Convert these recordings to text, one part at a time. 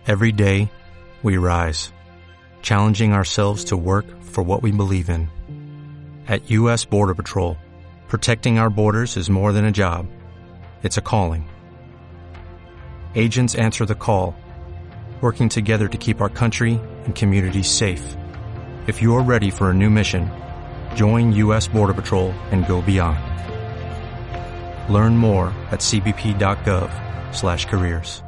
Every day, we rise, challenging ourselves to work for what we believe in. At U.S. Border Patrol, protecting our borders is more than a job. It's a calling. Agents answer the call, working together to keep our country and communities safe. If you're ready for a new mission, join U.S. Border Patrol and go beyond. Learn more at cbp.gov/careers.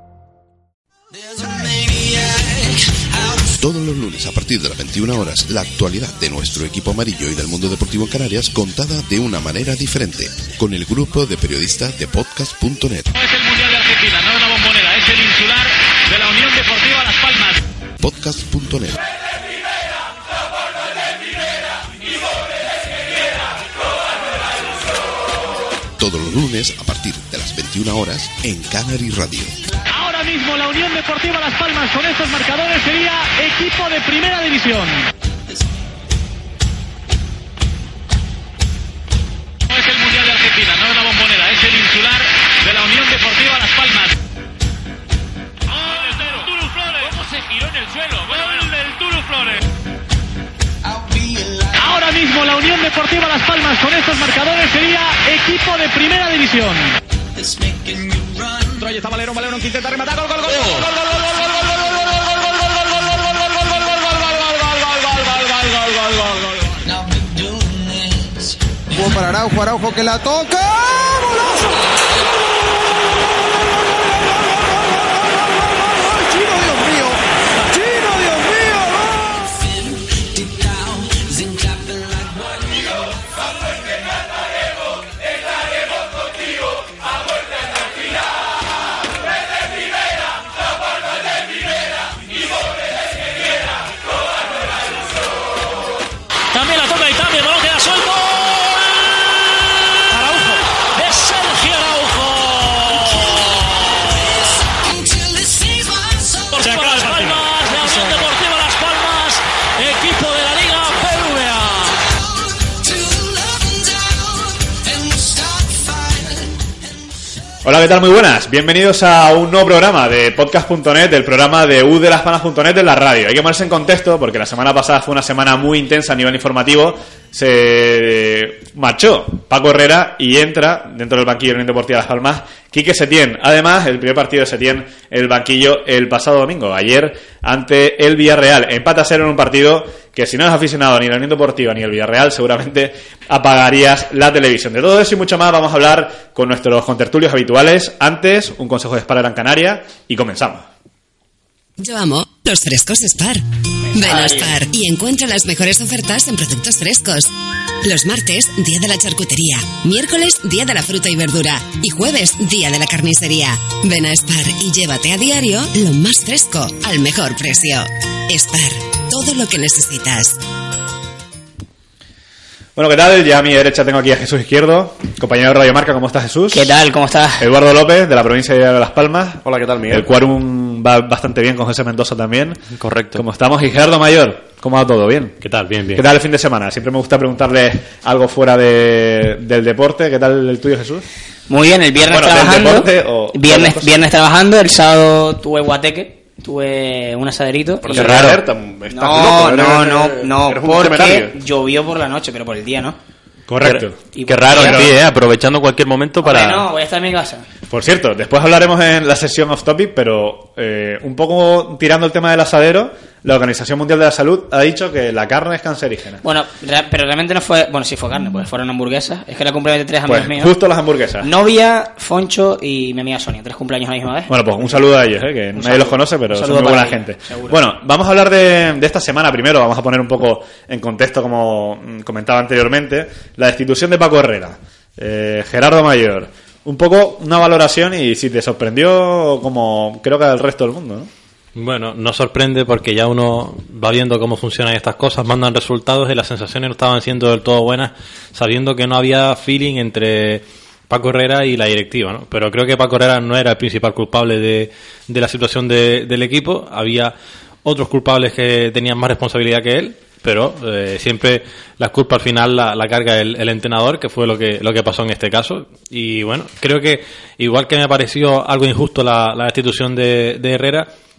Todos los lunes a partir de las 21 horas, la actualidad de nuestro equipo amarillo y del mundo deportivo en Canarias contada de una manera diferente, con el grupo de periodistas de podcast.net. No es el Mundial de Argentina, no es la Bombonera, es el insular de la Unión Deportiva Las Palmas. Podcast.net. Todos los lunes a partir de las 21 horas en Canary Radio. Ahora mismo la Unión Deportiva Las Palmas con estos marcadores sería equipo de primera división. No es el Mundial de Argentina, no es la Bombonera, es el insular de la Unión Deportiva Las Palmas. Tulu Flores, ¿cómo se giró en el suelo? Gol del Tulu Flores. Ahora mismo la Unión Deportiva Las Palmas con estos marcadores sería equipo de primera división. Troy está Valero que intenta rematar, gol. Jugó para Araujo que la toca. ¡Golazo! Hola, ¿qué tal? Muy buenas. Bienvenidos a un nuevo programa de podcast.net, del programa de udelaspalmas.net de la radio. Hay que ponerse en contexto porque la semana pasada fue una semana muy intensa a nivel informativo. Se marchó Paco Herrera y entra dentro del banquillo de la Unión Deportiva Las Palmas Quique Setién. Además, el primer partido de Setién en el banquillo el pasado domingo, ayer, ante el Villarreal. Empate a 0 en un partido que si no eres aficionado ni a la Unión Deportiva ni al Villarreal, seguramente apagarías la televisión. De todo eso y mucho más vamos a hablar con nuestros contertulios habituales. Antes, un consejo de Spar Gran Canaria y comenzamos. Yo amo los frescos Spar. Ven a Spar y encuentra las mejores ofertas en productos frescos. Los martes, día de la charcutería. Miércoles, día de la fruta y verdura. Y jueves, día de la carnicería. Ven a Spar y llévate a diario lo más fresco al mejor precio. Spar, todo lo que necesitas. Bueno, ¿qué tal? Ya a mi derecha tengo aquí a Jesús Izquierdo, compañero de Radio Marca. ¿Cómo estás, Jesús? ¿Qué tal? ¿Cómo estás? Eduardo López, de la provincia de Las Palmas. Hola, ¿qué tal, Miguel? El quórum va bastante bien con José Mendoza también. Correcto. ¿Cómo estamos? Y Gerardo Mayor, ¿cómo va todo? ¿Bien? ¿Qué tal? Bien. ¿Qué tal el fin de semana? Siempre me gusta preguntarle algo fuera del deporte. ¿Qué tal el tuyo, Jesús? Muy bien, el viernes trabajando. Viernes trabajando, el sábado tuve guateque. Tuve un asaderito. Qué raro. No, porque llovió por la noche, pero por el día no. Correcto. Qué raro, aprovechando cualquier momento para... No, voy a estar en mi casa. Por cierto, después hablaremos en la sesión off topic, pero un poco tirando el tema del asadero, la Organización Mundial de la Salud ha dicho que la carne es cancerígena. Bueno, pero realmente no fue... Bueno, sí fue carne, pues fueron hamburguesas. Es que era cumpleaños de 3 amigos míos. Justo las hamburguesas. Novia, Foncho y mi amiga Sonia. 3 cumpleaños a la misma vez. Bueno, pues un saludo a ellos, que nadie los conoce, pero son muy buena gente. Seguro. Bueno, vamos a hablar de esta semana primero. Vamos a poner un poco en contexto, como comentaba anteriormente, la destitución de Paco Herrera. Gerardo Mayor, un poco una valoración y si te sorprendió como creo que al resto del mundo, ¿no? Bueno, no sorprende porque ya uno va viendo cómo funcionan estas cosas, mandan resultados y las sensaciones no estaban siendo del todo buenas, sabiendo que no había feeling entre Paco Herrera y la directiva, ¿no? Pero creo que Paco Herrera no era el principal culpable de la situación del equipo, había otros culpables que tenían más responsabilidad que él, pero siempre la culpa al final la carga el entrenador, que fue lo que pasó en este caso. Y bueno, creo que igual que me pareció algo injusto la destitución de Herrera,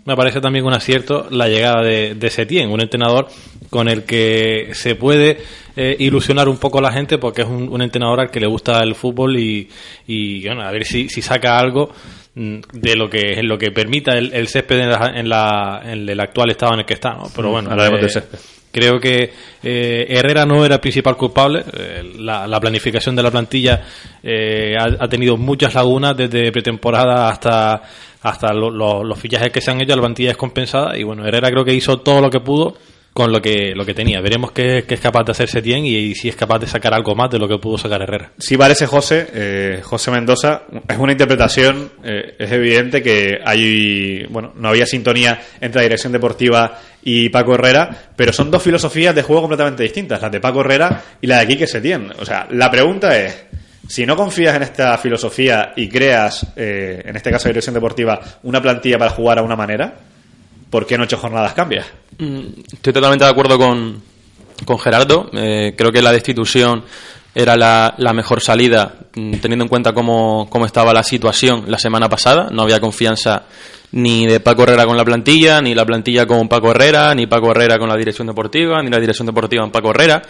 me parece también un acierto la llegada de Setién, un entrenador con el que se puede ilusionar un poco a la gente, porque es un entrenador al que le gusta el fútbol y bueno, a ver si saca algo de lo que permita el césped en el actual estado en el que está, ¿no? Pero bueno, hablaremos del césped. Creo que Herrera no era el principal culpable. La planificación de la plantilla ha tenido muchas lagunas desde pretemporada hasta los fichajes que se han hecho. La plantilla es compensada y bueno, Herrera creo que hizo todo lo que pudo con lo que tenía. Veremos qué es capaz de hacer Setién y si es capaz de sacar algo más de lo que pudo sacar Herrera. Sí, parece José Mendoza, es una interpretación, es evidente que no había sintonía entre la dirección deportiva y Paco Herrera, pero son dos filosofías de juego completamente distintas, las de Paco Herrera y la de Quique Setién. O sea, la pregunta es, si no confías en esta filosofía y creas, en este caso de dirección deportiva, una plantilla para jugar a una manera, ¿por qué en 8 jornadas cambias? Estoy totalmente de acuerdo con Gerardo. Creo que la destitución era la mejor salida, teniendo en cuenta cómo estaba la situación la semana pasada. No había confianza ni de Paco Herrera con la plantilla, ni la plantilla con Paco Herrera, ni Paco Herrera con la dirección deportiva, ni la dirección deportiva en Paco Herrera.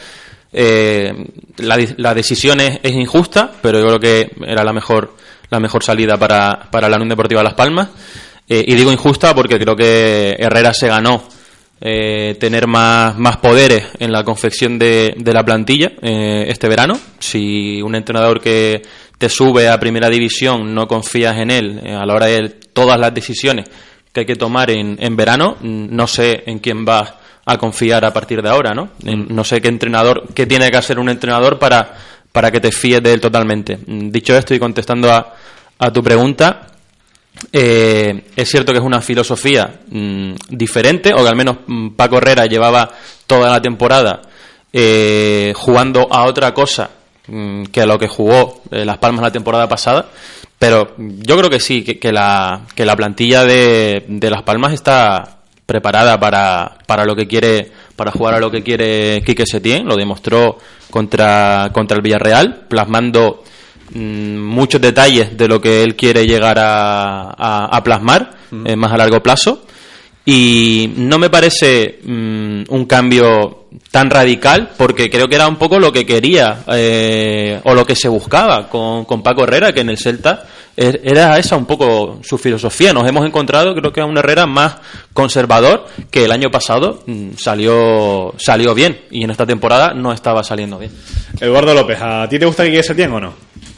La decisión es injusta, pero yo creo que era la mejor salida para la Unión Deportiva Las Palmas. Y digo injusta porque creo que Herrera se ganó tener más poderes en la confección de la plantilla este verano. Si un entrenador que te sube a primera división no confías en él a la hora de todas las decisiones que hay que tomar en verano, no sé en quién vas a confiar a partir de ahora, ¿no? No sé qué tiene que hacer un entrenador para que te fíes de él totalmente. Dicho esto y contestando a tu pregunta, es cierto que es una filosofía diferente, o que al menos Paco Herrera llevaba toda la temporada jugando a otra cosa que a lo que jugó Las Palmas la temporada pasada, pero yo creo que sí, que la plantilla de Las Palmas está preparada para lo que quiere, para jugar a lo que quiere Quique Setién. Lo demostró contra el Villarreal, plasmando muchos detalles de lo que él quiere llegar a plasmar más a largo plazo, y no me parece un cambio tan radical, porque creo que era un poco lo que quería o lo que se buscaba con Paco Herrera, que en el Celta era esa un poco su filosofía. Nos hemos encontrado, creo que a un Herrera más conservador, que el año pasado salió bien, y en esta temporada no estaba saliendo bien. Eduardo López, ¿a ti te gusta Quique Setién o no?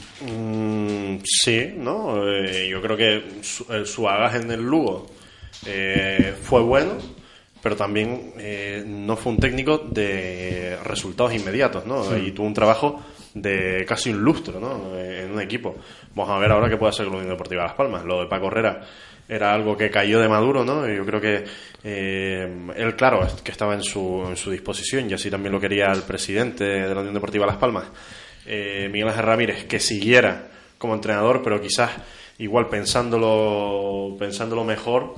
Sí, ¿no? Yo creo que su bagaje en el Lugo fue bueno, pero también no fue un técnico de resultados inmediatos, ¿no? Sí. Y tuvo un trabajo de casi un lustro, ¿no? En un equipo. Vamos a ver ahora qué puede hacer con la Unión Deportiva Las Palmas. Lo de Paco Herrera era algo que cayó de maduro, ¿no? Y yo creo que él, claro, que estaba en su disposición, y así también lo quería el presidente de la Unión Deportiva Las Palmas, Miguel Ángel Ramírez, que siguiera como entrenador, pero quizás igual pensándolo mejor,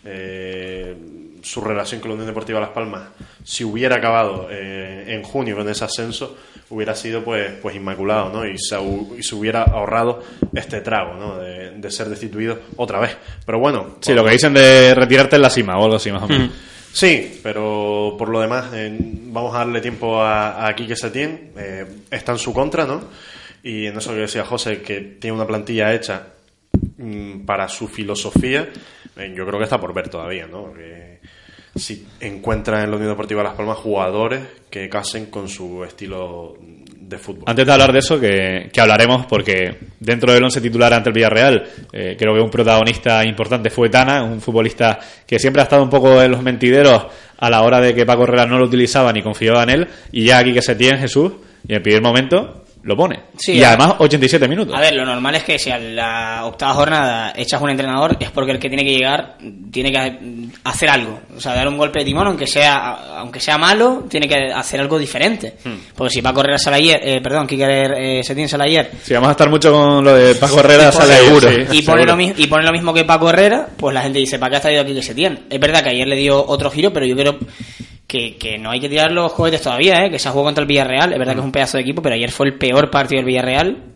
su relación con la Unión Deportiva Las Palmas, si hubiera acabado en junio con ese ascenso, hubiera sido pues inmaculado, ¿no? Y se hubiera ahorrado este trago, ¿no? De ser destituido otra vez. Pero bueno, sí, lo que dicen de retirarte en la cima o algo así, más o menos. Sí, pero por lo demás vamos a darle tiempo a Quique Setién. Está en su contra, ¿no? Y en eso que decía José, que tiene una plantilla hecha para su filosofía, yo creo que está por ver todavía, ¿no? Porque si encuentra en la Unión Deportiva Las Palmas jugadores que casen con su estilo de fútbol. Antes de hablar de eso, que hablaremos, porque dentro del 11 titular ante el Villarreal, creo que un protagonista importante fue Tana, un futbolista que siempre ha estado un poco en los mentideros a la hora de que Paco Herrera no lo utilizaba ni confiaba en él, y ya aquí que se tiene Jesús, y en el primer momento lo pone. Sí, y además 87 minutos. A ver, lo normal es que si a la octava jornada echas un entrenador, es porque el que tiene que llegar tiene que hacer algo. O sea, dar un golpe de timón, aunque sea malo, tiene que hacer algo diferente. Porque si Paco Herrera sale ayer, Quique Setién sale ayer. Sí, vamos a estar mucho con lo de Paco Herrera sale seguro. Sí, y pone lo mismo que Paco Herrera, pues la gente dice, ¿para qué ha traído Quique Setién? Es verdad que ayer le dio otro giro, pero yo creo que no hay que tirar los cohetes todavía, que se ha jugado contra el Villarreal. Es verdad que es un pedazo de equipo, pero ayer fue el peor partido del Villarreal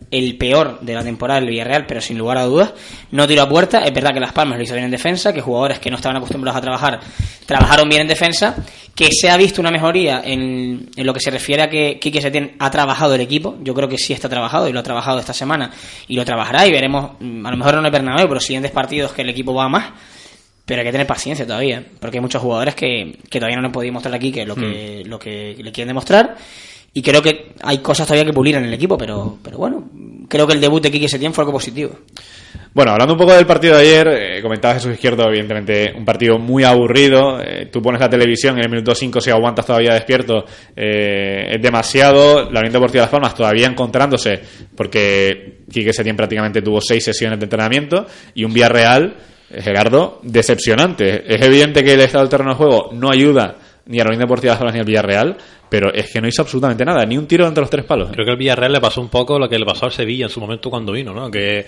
el peor de la temporada del Villarreal, pero sin lugar a dudas. No tiró a puerta. Es verdad que Las Palmas lo hizo bien en defensa, que jugadores que no estaban acostumbrados a trabajar trabajaron bien en defensa, que se ha visto una mejoría en lo que se refiere a que Quique Setién ha trabajado el equipo. Yo creo que sí está trabajado y lo ha trabajado esta semana y lo trabajará, y veremos, a lo mejor no en el Bernabéu, pero los siguientes partidos que el equipo va más. Pero hay que tener paciencia todavía, porque hay muchos jugadores que todavía no han podido mostrar aquí que lo que le quieren demostrar, y creo que hay cosas todavía que pulir en el equipo, pero bueno, creo que el debut de Quique Setién fue algo positivo. Bueno, hablando un poco del partido de ayer, comentaba Jesús Izquierdo, evidentemente un partido muy aburrido. Tú pones la televisión en el minuto 5, si aguantas todavía despierto, es demasiado. La Unión Deportiva Las Palmas todavía encontrándose, porque Quique Setién prácticamente tuvo 6 sesiones de entrenamiento, y un Villarreal, Gerardo, decepcionante. Es evidente que el estado del terreno de juego no ayuda ni a la Unión Deportiva Las Palmas ni al Villarreal, pero es que no hizo absolutamente nada, ni un tiro entre los 3 palos. Creo que al Villarreal le pasó un poco lo que le pasó al Sevilla en su momento cuando vino, ¿no? Que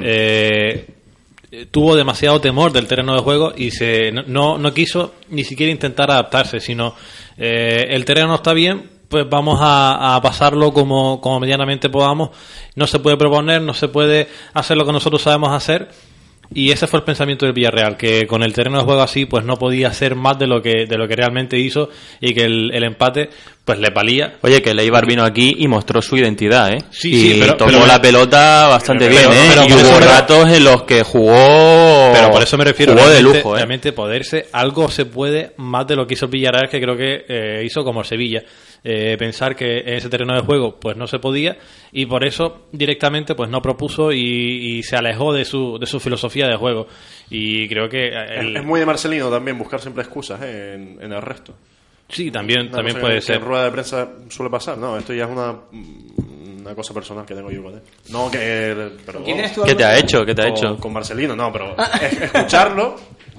tuvo demasiado temor del terreno de juego y no quiso ni siquiera intentar adaptarse, sino el terreno no está bien, pues vamos a pasarlo como medianamente podamos. No se puede proponer, no se puede hacer lo que nosotros sabemos hacer. Y ese fue el pensamiento del Villarreal, que con el terreno de juego así pues no podía hacer más de lo que realmente hizo, y que el empate pues le palía. Oye, que Leibar vino aquí y mostró su identidad, ¿eh? Sí, pero tomó la pelota bastante bien, ¿eh? Y hubo ratos en los que jugó. Pero por eso me refiero, jugó de lujo, ¿eh? Realmente algo se puede más de lo que hizo el Villarreal, que creo que hizo como el Sevilla. Pensar que en ese terreno de juego pues no se podía, y por eso directamente pues no propuso y se alejó de su filosofía de juego. Y creo que es muy de Marcelino también buscar siempre excusas en el resto. Sí, también puede ser. En rueda de prensa suele pasar. No, esto ya es una cosa personal que tengo yo con él. No que pero, ¿Qué te ha hecho? Con Marcelino, no, pero escucharlo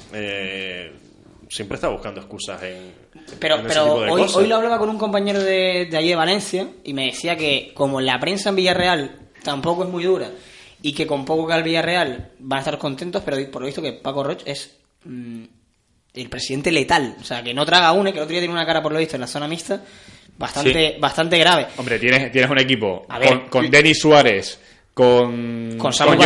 siempre está buscando excusas pero hoy lo hablaba con un compañero de allí de Valencia, y me decía que como la prensa en Villarreal tampoco es muy dura, y que con poco que al Villarreal van a estar contentos, pero por lo visto que Paco Roig es el presidente letal, o sea, que no traga una, que el otro día tiene una cara por lo visto en la zona mixta bastante grave. Hombre, tienes un equipo con Denis Suárez, con Samu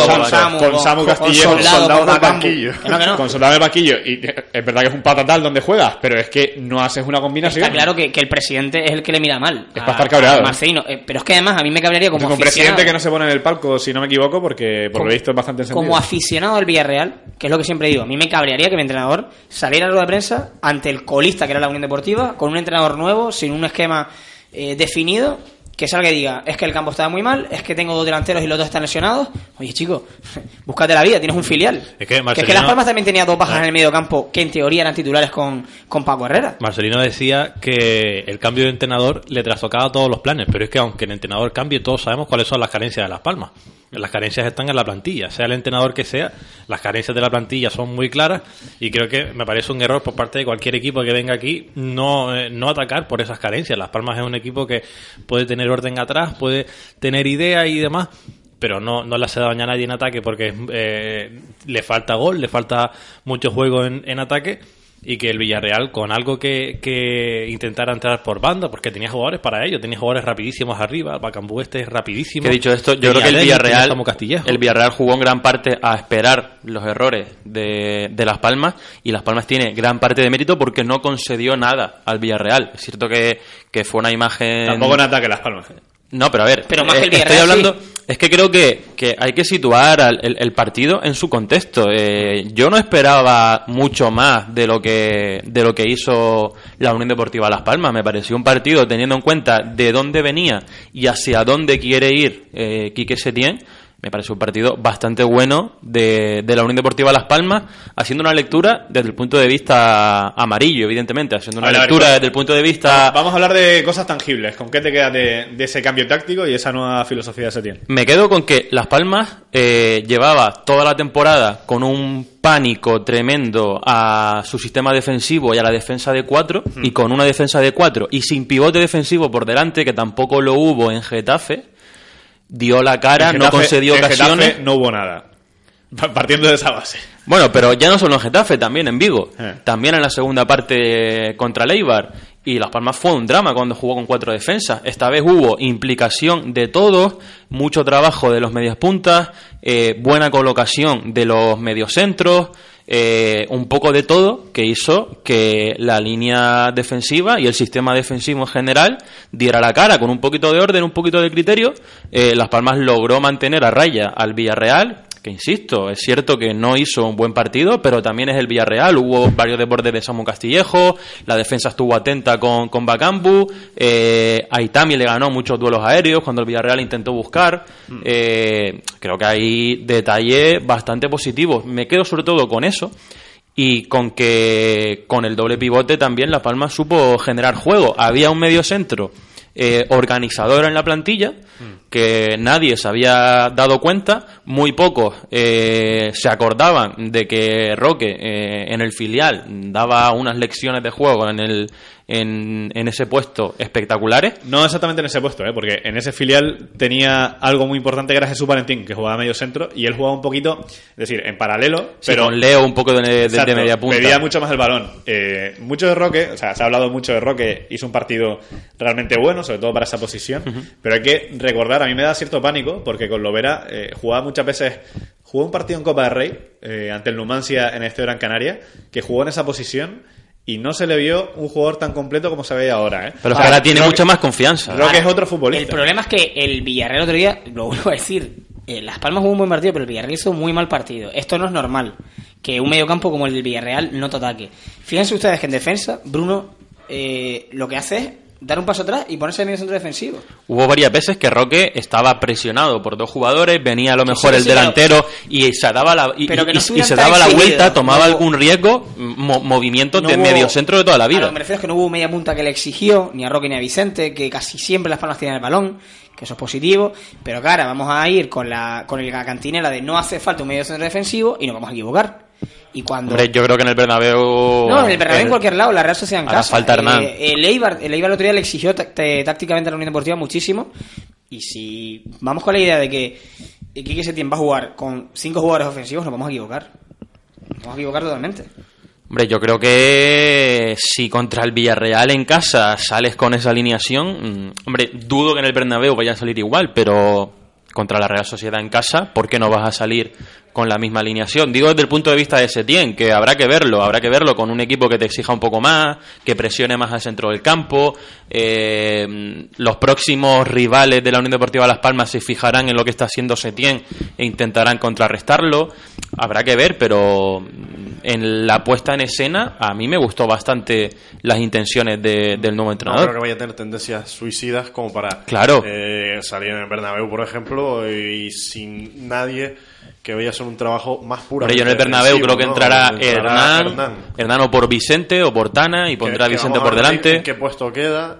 Castillejo, con Soldado del banquillo. Con Soldado del banquillo. Y es verdad que es un patatal donde juegas, pero es que no haces una combinación. Está claro que el presidente es el que le mira mal. Es para estar cabreado. Marcelino. Pero es que además a mí me cabrearía como un presidente que no se pone en el palco, si no me equivoco, porque por lo visto es bastante encendido. Como aficionado al Villarreal, que es lo que siempre digo, a mí me cabrearía que mi entrenador saliera a la rueda de prensa ante el colista que era la Unión Deportiva, con un entrenador nuevo, sin un esquema definido, que salga y diga, es que el campo estaba muy mal, es que tengo 2 delanteros y los 2 están lesionados. Oye, chico, búscate la vida, tienes un filial. Es que Las Palmas también tenía 2 bajas en el medio campo que en teoría eran titulares con Paco Herrera. Marcelino decía que el cambio de entrenador le trastocaba todos los planes, pero es que aunque el entrenador cambie, todos sabemos cuáles son las carencias de Las Palmas. Las carencias están en la plantilla, sea el entrenador que sea, las carencias de la plantilla son muy claras, y creo que me parece un error por parte de cualquier equipo que venga aquí no atacar por esas carencias. Las Palmas es un equipo que puede tener orden atrás, puede tener ideas y demás, pero no le hace daño a nadie en ataque, porque le falta gol, le falta mucho juego en ataque. Y que el Villarreal, con algo que intentara entrar por banda, porque tenía jugadores para ello, tenía jugadores rapidísimos arriba, Bacambú es rapidísimo. Que dicho esto, yo creo que el Villarreal jugó en gran parte a esperar los errores de Las Palmas, y Las Palmas tiene gran parte de mérito porque no concedió nada al Villarreal. Es cierto que fue una imagen... Tampoco en ataque Las Palmas. No, pero a ver, pero más que el Villarreal, estoy hablando, sí. Es que creo que hay que situar el partido en su contexto. Yo no esperaba mucho más de lo que hizo la Unión Deportiva Las Palmas. Me pareció un partido, teniendo en cuenta de dónde venía y hacia dónde quiere ir Quique Setién. Me parece un partido bastante bueno de la Unión Deportiva Las Palmas, haciendo una lectura desde el punto de vista amarillo, evidentemente, haciendo una lectura desde el punto de vista... Vamos a hablar de cosas tangibles. ¿Con qué te quedas de ese cambio táctico y esa nueva filosofía de Setién? Me quedo con que Las Palmas llevaba toda la temporada con un pánico tremendo a su sistema defensivo y a la defensa de 4, y con una defensa de 4 y sin pivote defensivo por delante, que tampoco lo hubo en Getafe. Dio la cara, Getafe, no concedió ocasiones. Getafe no hubo nada, partiendo de esa base. Bueno, pero ya no solo en Getafe, también en Vigo, también en la segunda parte contra el Eibar. y Las Palmas fue un drama cuando jugó con 4 defensas. Esta vez hubo implicación de todos, mucho trabajo de los medias puntas, buena colocación de los mediocentros, un poco de todo, que hizo que la línea defensiva y el sistema defensivo en general diera la cara con un poquito de orden, un poquito de criterio. Las Palmas logró mantener a raya al Villarreal, que insisto, es cierto que no hizo un buen partido, pero también es el Villarreal. Hubo varios desbordes de Samu Castillejo, la defensa estuvo atenta con Bakambu, Aitami le ganó muchos duelos aéreos cuando el Villarreal intentó buscar. Creo que hay detalles bastante positivos. Me quedo sobre todo con eso, y con que con el doble pivote también La Palma supo generar juego. Había un mediocentro organizador en la plantilla que nadie se había dado cuenta, muy pocos se acordaban de que Roque en el filial daba unas lecciones de juego en ese puesto espectaculares. No exactamente en ese puesto, porque en ese filial tenía algo muy importante que era Jesús Valentín, que jugaba medio centro, y él jugaba un poquito, es decir, en paralelo, sí, pero con Leo un poco de media punta. Pedía mucho más el balón. Mucho de Roque, o sea, se ha hablado mucho de Roque, hizo un partido realmente bueno, sobre todo para esa posición, pero hay que recordar, a mí me da cierto pánico, porque con Lovera jugaba muchas veces, jugó un partido en Copa del Rey ante el Numancia en este Gran Canaria, que jugó en esa posición y no se le vio un jugador tan completo como se ve ahora, Pero ahora tiene mucha más confianza. Creo que es otro futbolista. El problema es que el Villarreal otro día, lo vuelvo a decir, Las Palmas jugó un buen partido, pero el Villarreal hizo un muy mal partido. Esto no es normal, que un mediocampo como el del Villarreal no te ataque. Fíjense ustedes que en defensa, Bruno lo que hace es dar un paso atrás y ponerse en el centro defensivo. Hubo varias veces que Roque estaba presionado por 2 jugadores, venía a lo mejor el delantero y se daba la vuelta, tomaba algún riesgo, movimientos de mediocentro de toda la vida. Lo que me refiero es que no hubo media punta que le exigió, ni a Roque ni a Vicente, que casi siempre Las Palmas tienen el balón, que eso es positivo, pero claro, vamos a ir con la cantinera de no hace falta un medio centro defensivo y nos vamos a equivocar. Y cuando... Hombre, yo creo que en el Bernabéu... No, en el Bernabéu en cualquier lado, la Real Sociedad en casa. Falta Hernán. El Eibar el otro día le exigió tácticamente a la Unión Deportiva muchísimo. Y si vamos con la idea de que Quique Setién va a jugar con 5 jugadores ofensivos, nos vamos a equivocar. Nos vamos a equivocar totalmente. Hombre, yo creo que si contra el Villarreal en casa sales con esa alineación... Hombre, dudo que en el Bernabéu vaya a salir igual, pero contra la Real Sociedad en casa, ¿por qué no vas a salir con la misma alineación? Digo desde el punto de vista de Setién, que habrá que verlo con un equipo que te exija un poco más, que presione más al centro del campo. Los próximos rivales de la Unión Deportiva Las Palmas se fijarán en lo que está haciendo Setién e intentarán contrarrestarlo. Habrá que ver, pero en la puesta en escena a mí me gustó bastante las intenciones del nuevo entrenador. No creo que vaya a tener tendencias suicidas como para salir en el Bernabéu, por ejemplo, y sin nadie que vaya a ser un trabajo más puro. Pero yo en el Bernabéu creo que entrará Hernán o por Vicente o por Tana, y pondrá a Vicente por delante. ¿En qué puesto queda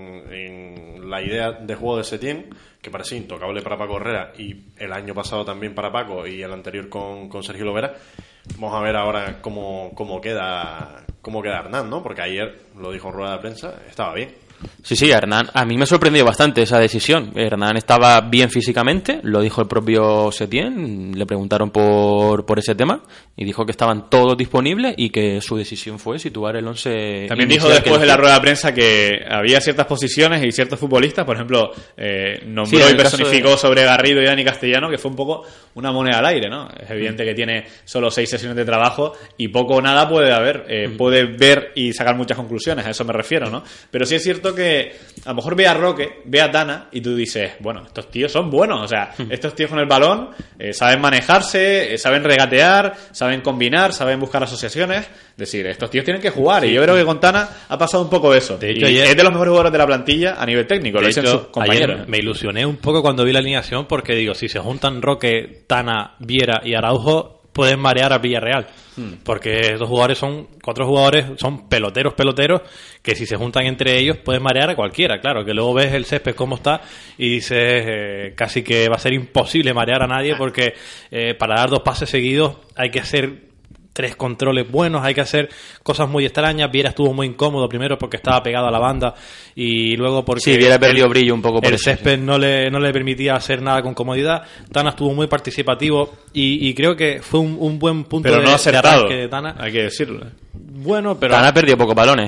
en la idea de juego de Setién, que parece intocable para Paco Herrera, y el año pasado también para Paco, y el anterior con Sergio Lovera? Vamos a ver ahora cómo queda Hernán, ¿no? Porque ayer, lo dijo en rueda de prensa, estaba bien. Sí, Hernán, a mí me sorprendió bastante esa decisión. Hernán estaba bien físicamente, lo dijo el propio Setién, le preguntaron por ese tema y dijo que estaban todos disponibles y que su decisión fue situar el 11. También dijo después de la rueda de prensa que había ciertas posiciones y ciertos futbolistas, por ejemplo, nombró y personificó sobre Garrido y Dani Castellano, que fue un poco una moneda al aire, ¿no? Es evidente que tiene solo 6 sesiones de trabajo y poco o nada puede haber, puede ver y sacar muchas conclusiones, a eso me refiero, ¿no? Pero sí es cierto que a lo mejor ve a Roque, ve a Tana y tú dices, bueno, estos tíos son buenos, o sea, estos tíos con el balón saben manejarse, saben regatear, saben combinar, saben buscar asociaciones, es decir, estos tíos tienen que jugar, y yo creo que con Tana ha pasado un poco eso, de hecho, es de los mejores jugadores de la plantilla a nivel técnico, lo dicen sus compañeros. Ayer me ilusioné un poco cuando vi la alineación, porque digo, si se juntan Roque, Tana, Viera y Araujo, pueden marear a Villarreal, porque estos jugadores son 4 jugadores, son peloteros que si se juntan entre ellos pueden marear a cualquiera. Claro, que luego ves el césped cómo está y dices casi que va a ser imposible marear a nadie, porque para dar 2 pases seguidos hay que hacer 3 controles buenos, hay que hacer cosas muy extrañas. Viera estuvo muy incómodo primero porque estaba pegado a la banda, y luego porque Viera perdió brillo un poco por el eso, césped no le permitía hacer nada con comodidad. Tana estuvo muy participativo y creo que fue un buen punto pero no acertado, de Tana, hay que decirlo. Bueno, pero Tana perdió pocos balones,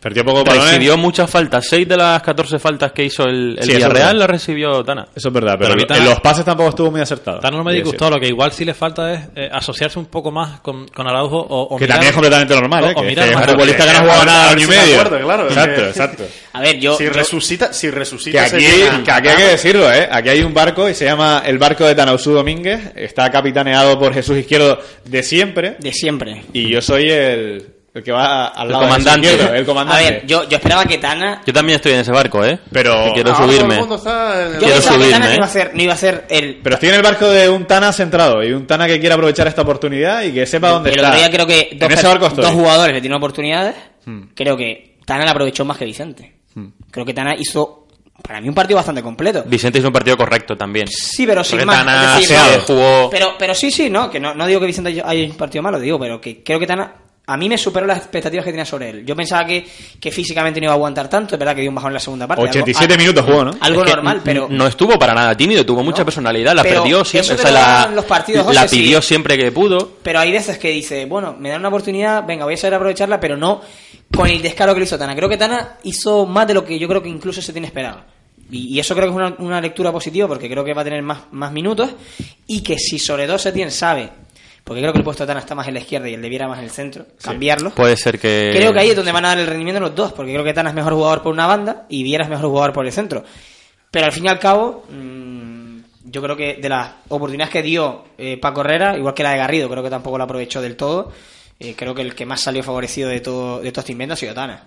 Perdió poco balones. Recibió muchas faltas. 6 de las 14 faltas que hizo el Sí, Villarreal las recibió Tana. Eso es verdad, pero Tana- en los pases tampoco estuvo muy acertado. Tana no me disgustó, lo que igual sí le falta es asociarse un poco más con Araujo o que mirar, también es completamente normal, o que mirar es más un futbolista que no ha jugado nada año y medio. Claro, Exacto. A ver, Si resucita Que aquí hay que decirlo, aquí hay un barco y se llama el barco de Tanausú Domínguez. Está capitaneado por Jesús Izquierdo de siempre. De siempre. Y yo soy el que va al lado comandante. de Jesús Izquierdo, el comandante. A ver, yo esperaba que Tana... Yo también estoy en ese barco, Pero que quiero Ahora subirme. todo el mundo está en el- Yo Quiero pensaba que Tana subirme, no iba a ser el... Pero estoy en el barco de un Tana centrado y un Tana que quiere aprovechar esta oportunidad y que sepa dónde El está. otro día creo que en ese barco estoy. dos jugadores le dieron oportunidades. Creo que Tana la aprovechó más que Vicente. Creo que Tana hizo, para mí, un partido bastante completo. Vicente hizo un partido correcto también. Sí, pero sin Porque más. Tana Es decir, se no, jugó... pero sí, no, que no digo que Vicente haya un partido malo, digo, pero que creo que Tana a mí me superó las expectativas que tenía sobre él. Yo pensaba que físicamente no iba a aguantar tanto, es verdad que dio un bajón en la segunda parte. 87 minutos jugó, ¿no? Algo Es que normal, pero... no estuvo para nada tímido, tuvo mucha personalidad, la Pero perdió siempre, eso o te sea, lo dan los partidos, José, la pidió sí. siempre que pudo. Pero hay veces que dice, bueno, me dan una oportunidad, venga, voy a saber aprovecharla, pero no con el descaro que le hizo Tana. Creo que Tana hizo más de lo que yo creo que incluso se tiene esperado. Y eso creo que es una lectura positiva, porque creo que va a tener más minutos, y que si sobre todo Setién sabe, porque creo que el puesto de Tana está más en la izquierda y el de Viera más en el centro, cambiarlo. Puede ser que... Creo que ahí es donde van a dar el rendimiento los dos, porque creo que Tana es mejor jugador por una banda y Viera es mejor jugador por el centro. Pero al fin y al cabo, yo creo que de las oportunidades que dio Paco Herrera, igual que la de Garrido, creo que tampoco la aprovechó del todo. Creo que el que más salió favorecido de todo este invento ha sido Tana.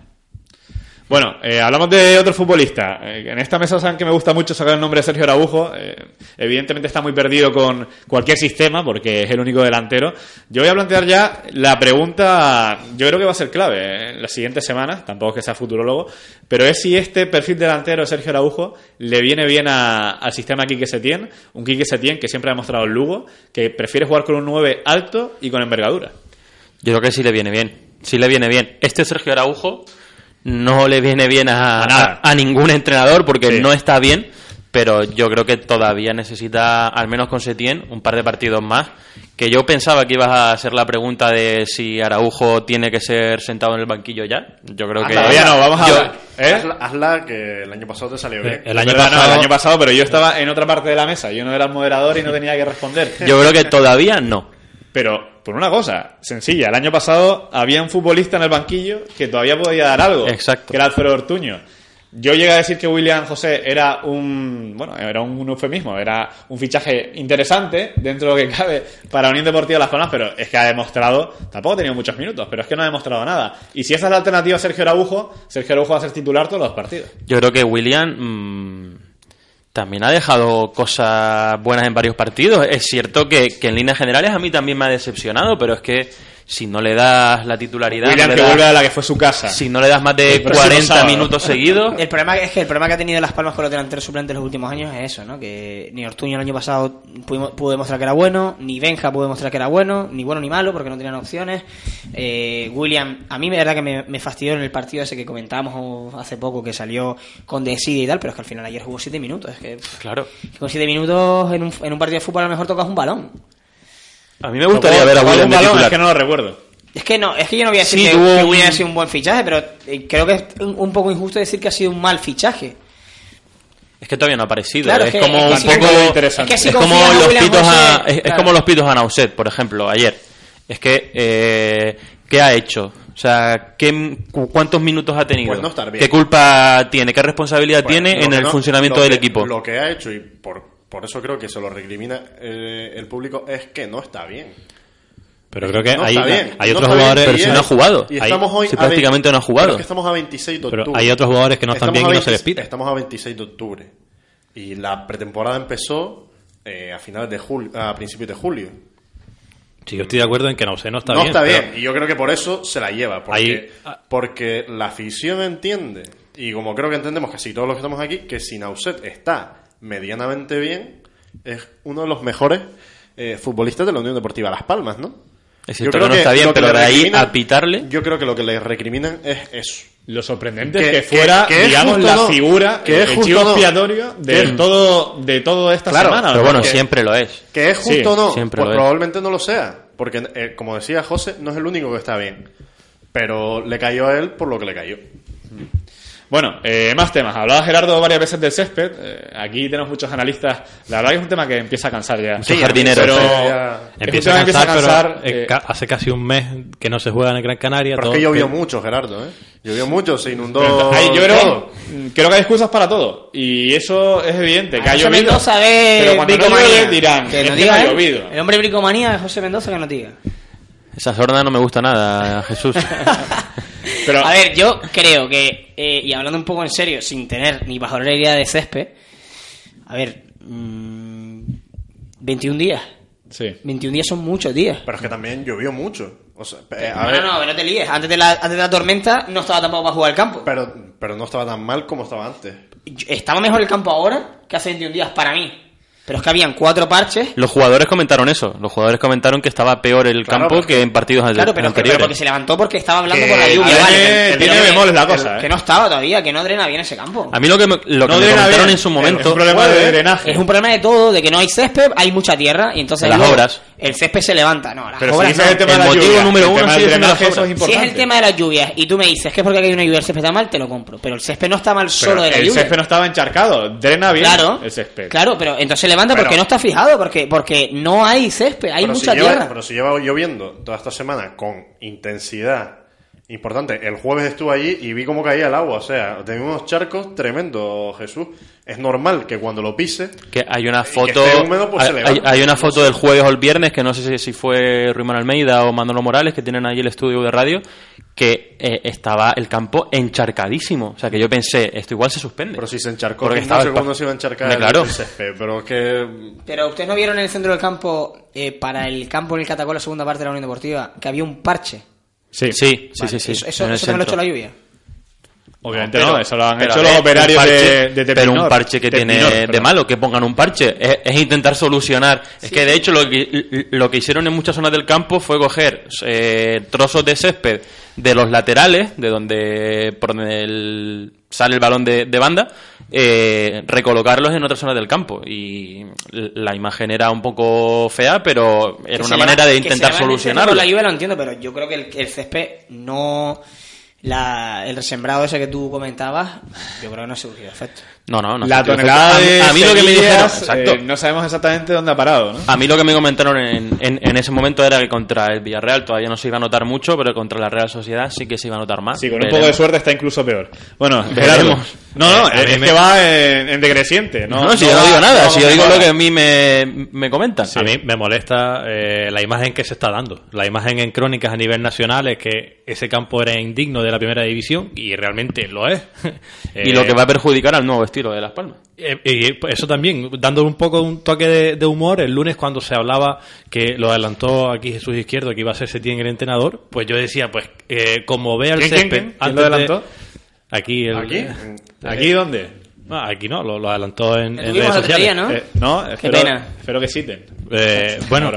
Bueno, hablamos de otro futbolista. En esta mesa saben que me gusta mucho sacar el nombre de Sergio Araujo. Evidentemente está muy perdido con cualquier sistema porque es el único delantero. Yo voy a plantear ya la pregunta, yo creo que va a ser clave en las siguientes semanas, tampoco es que sea futurólogo, pero es si este perfil delantero de Sergio Araujo le viene bien al sistema Quique Setién, un Quique Setién que siempre ha demostrado el Lugo, que prefiere jugar con un 9 alto y con envergadura. Yo creo que sí le viene bien, sí le viene bien. Este Sergio Araujo no le viene bien a ningún entrenador porque no está bien, pero yo creo que todavía necesita, al menos con Setién, un par de partidos más. Que yo pensaba que ibas a hacer la pregunta de si Araujo tiene que ser sentado en el banquillo ya. Yo creo que todavía no, vamos a hablar. Hazla, que el año pasado te salió bien. El año pasado, pero yo estaba en otra parte de la mesa, yo no era el moderador y no tenía que responder. Yo creo que todavía no. Pero por una cosa sencilla, el año pasado había un futbolista en el banquillo que todavía podía dar algo. Exacto. Que era Alfredo Ortuño. Yo llegué a decir que William José era un eufemismo, era un fichaje interesante dentro de lo que cabe para Unión Deportiva Las Palmas, pero es que ha demostrado, tampoco ha tenido muchos minutos, pero es que no ha demostrado nada. Y si esa es la alternativa a Sergio Araujo va a ser titular todos los partidos. Yo creo que William también ha dejado cosas buenas en varios partidos. Es cierto que en líneas generales a mí también me ha decepcionado, pero es que si no le das la titularidad... William que vuelve a la que fue su casa. Si no le das más de 40 minutos seguidos... El problema es que el problema que ha tenido Las Palmas con los delanteros suplentes en los últimos años es eso, ¿no? Que ni Ortuño el año pasado pudo demostrar que era bueno, ni Benja pudo demostrar que era bueno ni malo porque no tenían opciones. William, a mí la verdad que me fastidió en el partido ese que comentábamos hace poco, que salió con Decide y tal, pero es que al final ayer jugó 7 minutos. Es que, claro. Con 7 minutos en un partido de fútbol a lo mejor tocas un balón. A mí me gustaría ver a William de titular. Es que no lo recuerdo. Es que yo no voy a decir que William ha sido un buen fichaje, pero creo que es un poco injusto decir que ha sido un mal fichaje. Es que todavía no ha aparecido. Claro, es como un poco interesante. Es que es como los pitos es como los pitos a Nauset, por ejemplo, ayer. Es que ¿qué ha hecho? O sea, ¿cuántos minutos ha tenido? Pues no estar bien. ¿Qué culpa tiene? ¿Qué responsabilidad tiene en el funcionamiento del equipo? Lo que ha hecho, y por eso creo que se lo recrimina el público, es que no está bien. Pero creo que no hay otros no jugadores... Pero si no ha jugado. Y estamos hoy prácticamente no ha jugado. Es que estamos a 26 de octubre. Pero hay otros jugadores que no están bien y no se les pita. Estamos a 26 de octubre. Y la pretemporada empezó a finales de julio, a principios de julio. Sí, yo estoy de acuerdo en que Nauset no está bien. No está bien. Y yo creo que por eso se la lleva. Porque la afición entiende, y como creo que entendemos casi todos los que estamos aquí, que si Nauset está medianamente bien, es uno de los mejores futbolistas de la Unión Deportiva Las Palmas, ¿no? Es cierto que no está bien, pero de ahí a pitarle... Yo creo que lo que le recriminan es eso. Lo sorprendente es que fuera, digamos, la figura, el chivo expiatorio de todo esta semana. Pero bueno, siempre lo es. Que es justo o no, pues probablemente no lo sea. Porque, como decía José, no es el único que está bien. Pero le cayó a él por lo que le cayó. Bueno, más temas. Hablaba Gerardo varias veces del césped. Aquí tenemos muchos analistas. La verdad que es un tema que empieza a cansar ya. Muchos jardineros. Pero empieza a cansar, pero hace casi un mes que no se juega en el Gran Canaria. Pero es que llovió mucho, Gerardo, ¿eh? Llovió mucho, se inundó. Yo creo que hay excusas para todo. Y eso es evidente. Que ha llovido. Mendoza pero cuando no llueve dirán que no diga, ha llovido. El hombre bricomanía de José Mendoza que no diga. Esa sorda no me gusta nada, Jesús. Pero, a ver, yo creo que, y hablando un poco en serio, sin tener ni bajo la idea de césped, a ver, 21 días. Sí. 21 días son muchos días. Pero es que también llovió mucho. O sea, no te líes. Antes de la tormenta no estaba tampoco para jugar el campo. Pero no estaba tan mal como estaba antes. Estaba mejor el campo ahora que hace 21 días para mí. Pero es que habían 4 parches. Los jugadores comentaron eso. Los jugadores comentaron que estaba peor el campo que en partidos anteriores. Claro, pero porque se levantó porque estaba hablando por la lluvia. Tiene bemoles la cosa, que no estaba todavía, que no drena bien ese campo. A mí lo que me comentaron en su momento... Es un problema de drenaje. Es un problema de todo, de que no hay césped, hay mucha tierra y entonces... Las obras. El césped se levanta. No, las pero obras si el tema el de la motivo lluvia, número uno sigue siendo las obras. Si es el tema de las lluvias y tú me dices que es porque hay una lluvia el césped está mal, te lo compro. Pero el césped no está mal solo de la lluvia. El césped no estaba encharcado, drena bien el césped. Claro, pero entonces levanta porque no está fijado, porque no hay césped, hay mucha tierra. Pero si lleva lloviendo toda esta semana con intensidad importante. El jueves estuve allí y vi cómo caía el agua. O sea, tenía unos charcos tremendos, Jesús. Es normal que cuando lo pise... Que hay una foto... Que esté húmedo, pues hay una foto del jueves o el viernes, que no sé si fue Ruimán Almeida o Manolo Morales, que tienen allí el estudio de radio, que estaba el campo encharcadísimo. O sea, que yo pensé, esto igual se suspende. Pero si se encharcó, porque no sé cuándo se iba a encharcar claro. el césped, pero es que... Pero ustedes no vieron en el centro del campo, para el campo en el Catacol, la segunda parte de la Unión Deportiva, que había un parche. Sí. Vale, eso me lo ha hecho la lluvia. Obviamente no, eso lo han hecho los operarios de Tepinor. Pero un parche que tiene de malo, que pongan un parche, es intentar solucionar. Es que de hecho lo que hicieron en muchas zonas del campo fue coger trozos de césped de los laterales, por donde sale el balón de banda, recolocarlos en otras zonas del campo. Y la imagen era un poco fea, pero era una manera de intentar solucionarlo. La lluvia lo entiendo, pero yo creo que el césped no... el resembrado ese que tú comentabas, yo creo que no ha surgido efecto. No. La tonelada de a mí lo que me dijeron, exacto, no sabemos exactamente dónde ha parado, ¿no? A mí lo que me comentaron en ese momento era que contra el Villarreal todavía no se iba a notar mucho, pero contra la Real Sociedad sí que se iba a notar más. Sí, con un poco de suerte está incluso peor. Bueno, Gerardo. No, es que va en decreciente. No, si yo no digo nada, si yo digo lo que a mí me comentan. Sí. A mí me molesta la imagen que se está dando. La imagen en crónicas a nivel nacional es que ese campo era indigno de la primera división y realmente lo es. Y lo que va a perjudicar al nuevo estilo de Las Palmas. Y eso también, dando un poco un toque de humor, el lunes cuando se hablaba que lo adelantó aquí Jesús Izquierdo, que iba a ser Setién el entrenador, pues yo decía, como vea el césped... ¿Quién lo adelantó? ¿Aquí? ¿Aquí dónde? No, aquí no, lo adelantó en redes sociales. ¿No? Qué pena. Espero que citen. Bueno,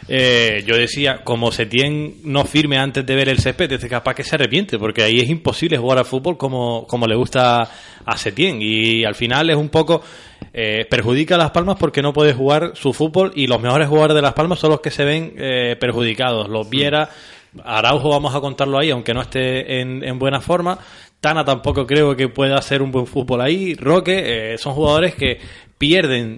yo decía, como Setién no firme antes de ver el césped, es capaz que se arrepiente, porque ahí es imposible jugar al fútbol como le gusta a Setién, y al final es un poco perjudica a Las Palmas porque no puede jugar su fútbol, y los mejores jugadores de Las Palmas son los que se ven perjudicados. Los Viera, Araujo vamos a contarlo ahí, aunque no esté en buena forma. Tana tampoco creo que pueda hacer un buen fútbol ahí. Roque, son jugadores que pierden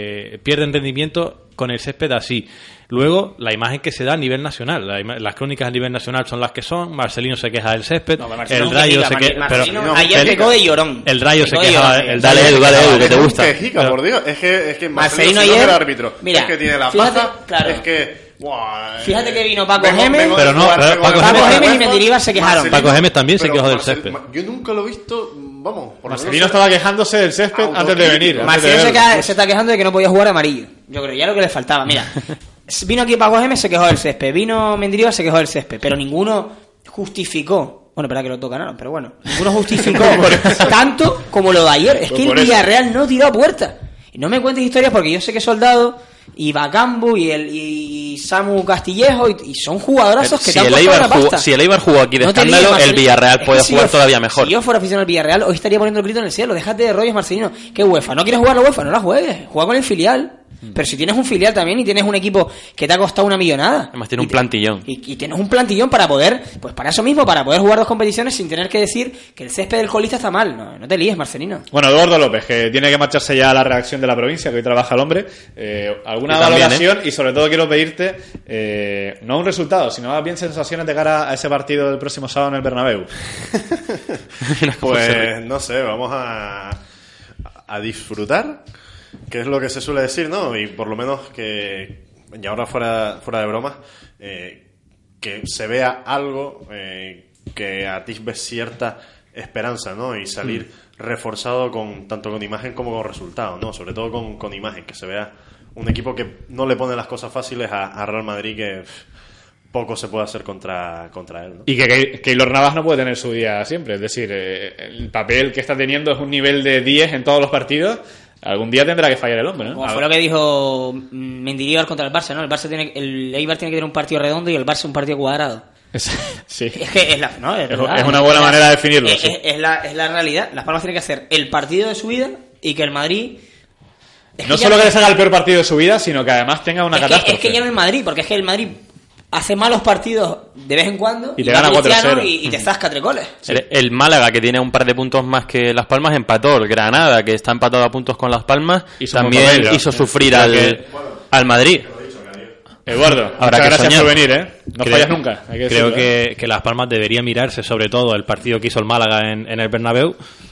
rendimiento con el césped así. Luego, la imagen que se da a nivel nacional. Las crónicas a nivel nacional son las que son. Marcelino se queja del césped. El Rayo se queja... Ayer pegó de llorón. El Rayo se queja... Dale, Edu, que te gusta. Quejica, por Dios. Es que Marcelino ayer... el árbitro. Mira, es que tiene la fíjate, paja. claro. Es que... Fíjate que vino Paco Gémez. Pero no, Paco Gémez y Mendilibar se quejaron. Paco Gémez también se quejó del césped. Yo nunca lo he visto... Vamos, Marcelino estaba quejándose del césped antes de venir. Marcelino se está quejando de que no podía jugar amarillo. Yo creo, ya lo que le faltaba. Mira, vino aquí Paco Gémez, se quejó del césped. Vino Mendilibar, se quejó del césped. Pero ninguno justificó. Bueno, espera que los dos ganaron, pero bueno. Ninguno justificó tanto como lo de ayer. Es que el Villarreal no tiró a puerta. Y no me cuentes historias porque yo sé que Soldado y Bacambu y Samu Castillejo y son jugadorazos que te han costado la pasta. Si el Eibar jugó aquí de escándalo, el Villarreal puede jugar todavía mejor. Si yo fuera aficionado al Villarreal, hoy estaría poniendo el grito en el cielo. Déjate de rollos, Marcelino. ¿Qué UEFA? ¿No quieres jugar la UEFA? No la juegues. Juega con el filial. Pero si tienes un filial también y tienes un equipo que te ha costado una millonada. Además tiene un plantillón. Y tienes un plantillón para poder, pues para eso mismo, para poder jugar 2 competiciones sin tener que decir que el césped del colista está mal. No te líes, Marcelino. Bueno, Eduardo López, que tiene que marcharse ya a la redacción de La Provincia, que hoy trabaja el hombre. ¿Alguna valoración? Y sobre todo quiero pedirte, no un resultado, sino más bien sensaciones de cara a ese partido del próximo sábado en el Bernabéu. Pues no sé, vamos a disfrutar, que es lo que se suele decir, ¿no? Y por lo menos que, y ahora fuera de bromas, que se vea algo que atisbe cierta esperanza, ¿no? Y salir reforzado tanto con imagen como con resultado, ¿no? Sobre todo con imagen, que se vea un equipo que no le pone las cosas fáciles a Real Madrid, que poco se puede hacer contra él, ¿no? Y que Keylor Navas no puede tener su día siempre. Es decir, el papel que está teniendo es un nivel de 10 en todos los partidos. Algún día tendrá que fallar el hombre, ¿no? Como fue lo que dijo Mendilibar contra el Barça, ¿no? El Eibar tiene que tener un partido redondo y el Barça un partido cuadrado. Sí. Es que es una buena manera de definirlo. Es la realidad. Las Palmas tiene que hacer el partido de su vida y que el Madrid... No solo que les haga el peor partido de su vida, sino que además tenga una catástrofe. Es que ya no el Madrid, porque es que el Madrid hace malos partidos de vez en cuando y te gana 4-0 y te zasca 3 goles. Sí. El Málaga, que tiene un par de puntos más que Las Palmas, empató. El Granada, que está empatado a puntos con Las Palmas, también hizo sufrir al Madrid. Eduardo, muchas gracias por venir, no fallas nunca. Creo que Las Palmas debería mirarse sobre todo el partido que hizo el Málaga en el Bernabéu,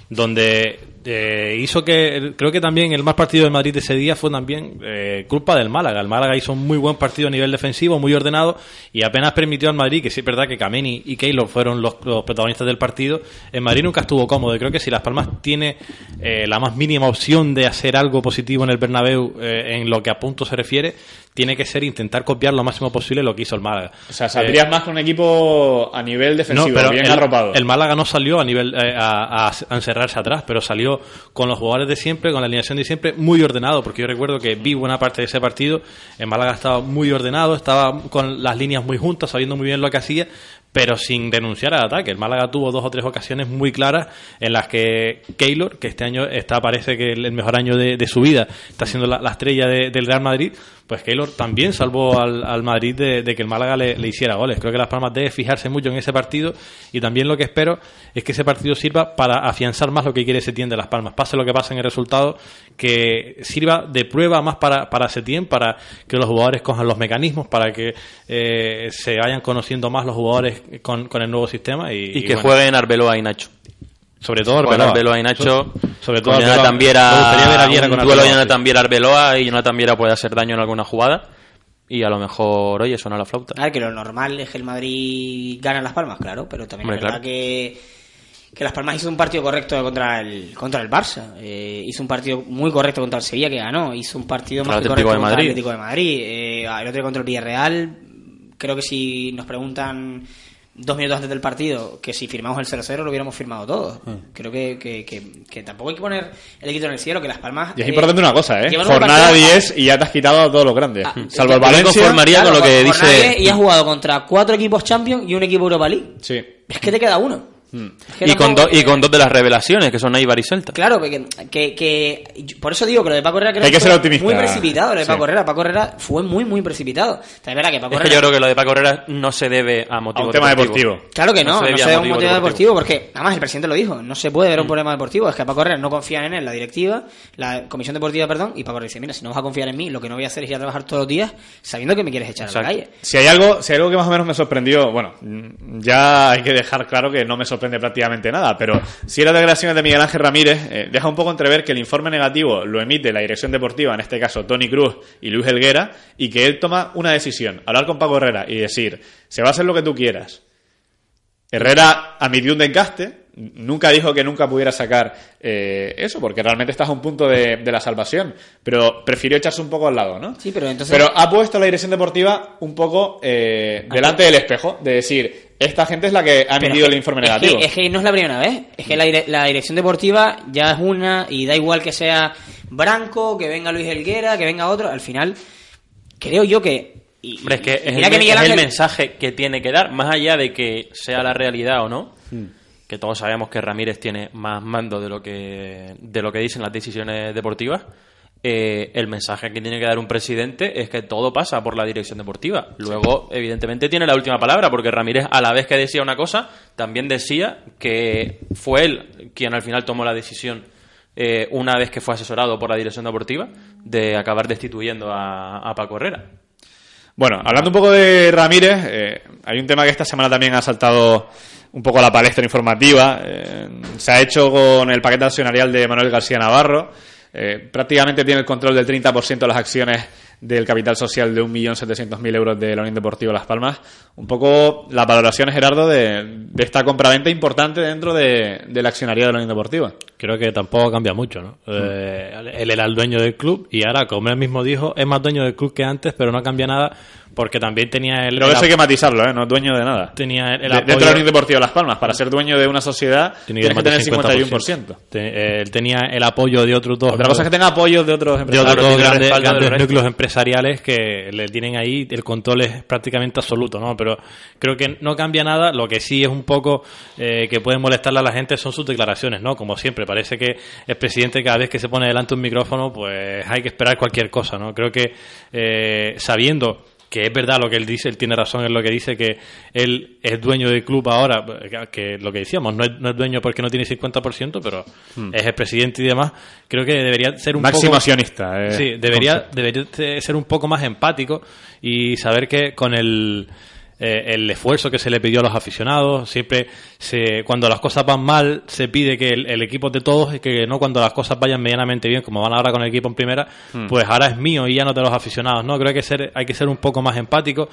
donde hizo que, creo que también el más partido del Madrid ese día fue también culpa del Málaga. El Málaga hizo un muy buen partido a nivel defensivo, muy ordenado, y apenas permitió al Madrid, que sí es verdad que Kameni y Keylor fueron los protagonistas del partido, el Madrid nunca estuvo cómodo. Y creo que si Las Palmas tiene la más mínima opción de hacer algo positivo en el Bernabéu en lo que a puntos se refiere, tiene que ser intentar copiar lo máximo posible lo que hizo el Málaga. O sea, saldrías más con un equipo a nivel defensivo, pero bien arropado. El Málaga no salió a nivel a encerrarse atrás, pero salió con los jugadores de siempre, con la alineación de siempre, muy ordenado, porque yo recuerdo que vi buena parte de ese partido. El Málaga estaba muy ordenado, estaba con las líneas muy juntas, sabiendo muy bien lo que hacía, pero sin renunciar al ataque. El Málaga tuvo 2 o 3 ocasiones muy claras en las que Keylor, que este año parece que el mejor año de su vida, está siendo la estrella del Real Madrid, pues Keylor también salvó al Madrid de que el Málaga le hiciera goles. Creo que Las Palmas debe fijarse mucho en ese partido, y también lo que espero es que ese partido sirva para afianzar más lo que quiere Setién de Las Palmas. Pase lo que pase en el resultado, que sirva de prueba más para Setién, para que los jugadores cojan los mecanismos, para que se vayan conociendo más los jugadores con el nuevo sistema. Y que jueguen Arbeloa y Nacho. Sobre todo Arbeloa y Nacho, sobre todo Jonathan Viera, me gustaría ver a Viera con un duelo Arbeloa, Jonathan Viera Arbeloa, y Jonathan Viera puede hacer daño en alguna jugada, y a lo mejor, oye, suena la flauta. A ver, que lo normal es que el Madrid gane Las Palmas, claro, pero también es verdad que Las Palmas hizo un partido correcto contra el Barça, hizo un partido muy correcto contra el Sevilla, que ganó, hizo un partido más que correcto contra el Atlético de Madrid, el otro día contra el Villarreal. Creo que si nos preguntan 2 minutos antes del partido que si firmamos el 0-0 lo hubiéramos firmado todos. Creo que tampoco hay que poner el grito en el cielo, que Las Palmas... Y es importante una cosa, jornada 10 y ya te has quitado a todos los grandes. Salvo el Valencia. Conformaría con lo que dice... Y has jugado contra 4 equipos Champions y un equipo Europa League. Sí. Es que te queda uno. Y con 2 de las revelaciones, que son Eibar y Celta. Claro, que por eso digo que lo de Paco Herrera creo hay que ser optimista. Muy precipitado. Lo de Paco Herrera fue muy precipitado. Es verdad que Paco Herrera... yo creo que lo de Paco Herrera no se debe a motivo tema deportivo. Claro que no se debe a un motivo deportivo, porque además el presidente lo dijo, no se puede ver un problema deportivo. Es que a Paco Herrera no confían en él la directiva, la comisión deportiva, y Paco Herrera dice, mira, si no vas a confiar en mí, lo que no voy a hacer es ir a trabajar todos los días sabiendo que me quieres echar a la calle. Si hay algo que más o menos me sorprendió, bueno, ya hay que dejar claro que no me sorprende prácticamente nada, pero si las declaraciones de Miguel Ángel Ramírez deja un poco entrever que el informe negativo lo emite la dirección deportiva, en este caso Toni Cruz y Luis Helguera, y que él toma una decisión, hablar con Paco Herrera y decir, se va a hacer lo que tú quieras. Herrera admitió un desgaste, nunca dijo que nunca pudiera sacar eso, porque realmente estás a un punto de la salvación, pero prefirió echarse un poco al lado, ¿no? Sí, pero entonces... Pero ha puesto a la dirección deportiva un poco delante del espejo, de decir, esta gente es la que ha emitido el informe negativo. Es que no es la primera vez, es que la dirección deportiva ya es una, y da igual que sea Branco, que venga Luis Helguera, que venga otro, al final creo yo que... Hombre, es que es el mensaje que tiene que dar, más allá de que sea la realidad o no, que todos sabemos que Ramírez tiene más mando de lo que dicen las decisiones deportivas. el mensaje que tiene que dar un presidente es que todo pasa por la dirección deportiva. Luego, evidentemente, tiene la última palabra, porque Ramírez, a la vez que decía una cosa, también decía que fue él quien al final tomó la decisión, una vez que fue asesorado por la dirección deportiva, de acabar destituyendo a Paco Herrera. Bueno, hablando un poco de Ramírez, hay un tema que esta semana también ha saltado un poco a la palestra informativa. Se ha hecho con el paquete accionarial de Manuel García Navarro. Prácticamente tiene el control del 30% de las acciones del capital social de 1.700.000 euros de la Unión Deportiva Las Palmas. Un poco las valoraciones, Gerardo, de esta compraventa importante dentro de la accionaría de la Unión Deportiva. Creo que tampoco cambia mucho, ¿no? Él era el dueño del club y ahora, como él mismo dijo, es más dueño del club que antes, pero no cambia nada porque también tenía el... Pero eso hay que matizarlo, no es dueño de nada. Tenía el apoyo... Dentro de la Unión Deportiva Las Palmas, para ser dueño de una sociedad, tienes que tener el 51%. Él tenía el apoyo de otros dos... Otra cosa es que tenga apoyo de otros empresarios. De otros dos grandes núcleos empresariales que le tienen ahí, el control es prácticamente absoluto, ¿no? Pero creo que no cambia nada. Lo que sí es un poco que puede molestarle a la gente son sus declaraciones, ¿no? Como siempre, parece que el presidente, cada vez que se pone delante un micrófono, pues hay que esperar cualquier cosa, ¿no? Creo que sabiendo que es verdad lo que él dice, él tiene razón en lo que dice, que él es dueño del club ahora, que lo que decíamos, no es dueño porque no tiene 50%, pero es el presidente y demás. Creo que debería ser un máximo poco... accionista. Sí, debería ser un poco más empático y saber que con el esfuerzo que se le pidió a los aficionados, siempre cuando las cosas van mal se pide que el equipo es de todos y que no cuando las cosas vayan medianamente bien, como van ahora con el equipo en primera, pues ahora es mío y ya no de los aficionados, ¿no? Creo que hay que ser un poco más empático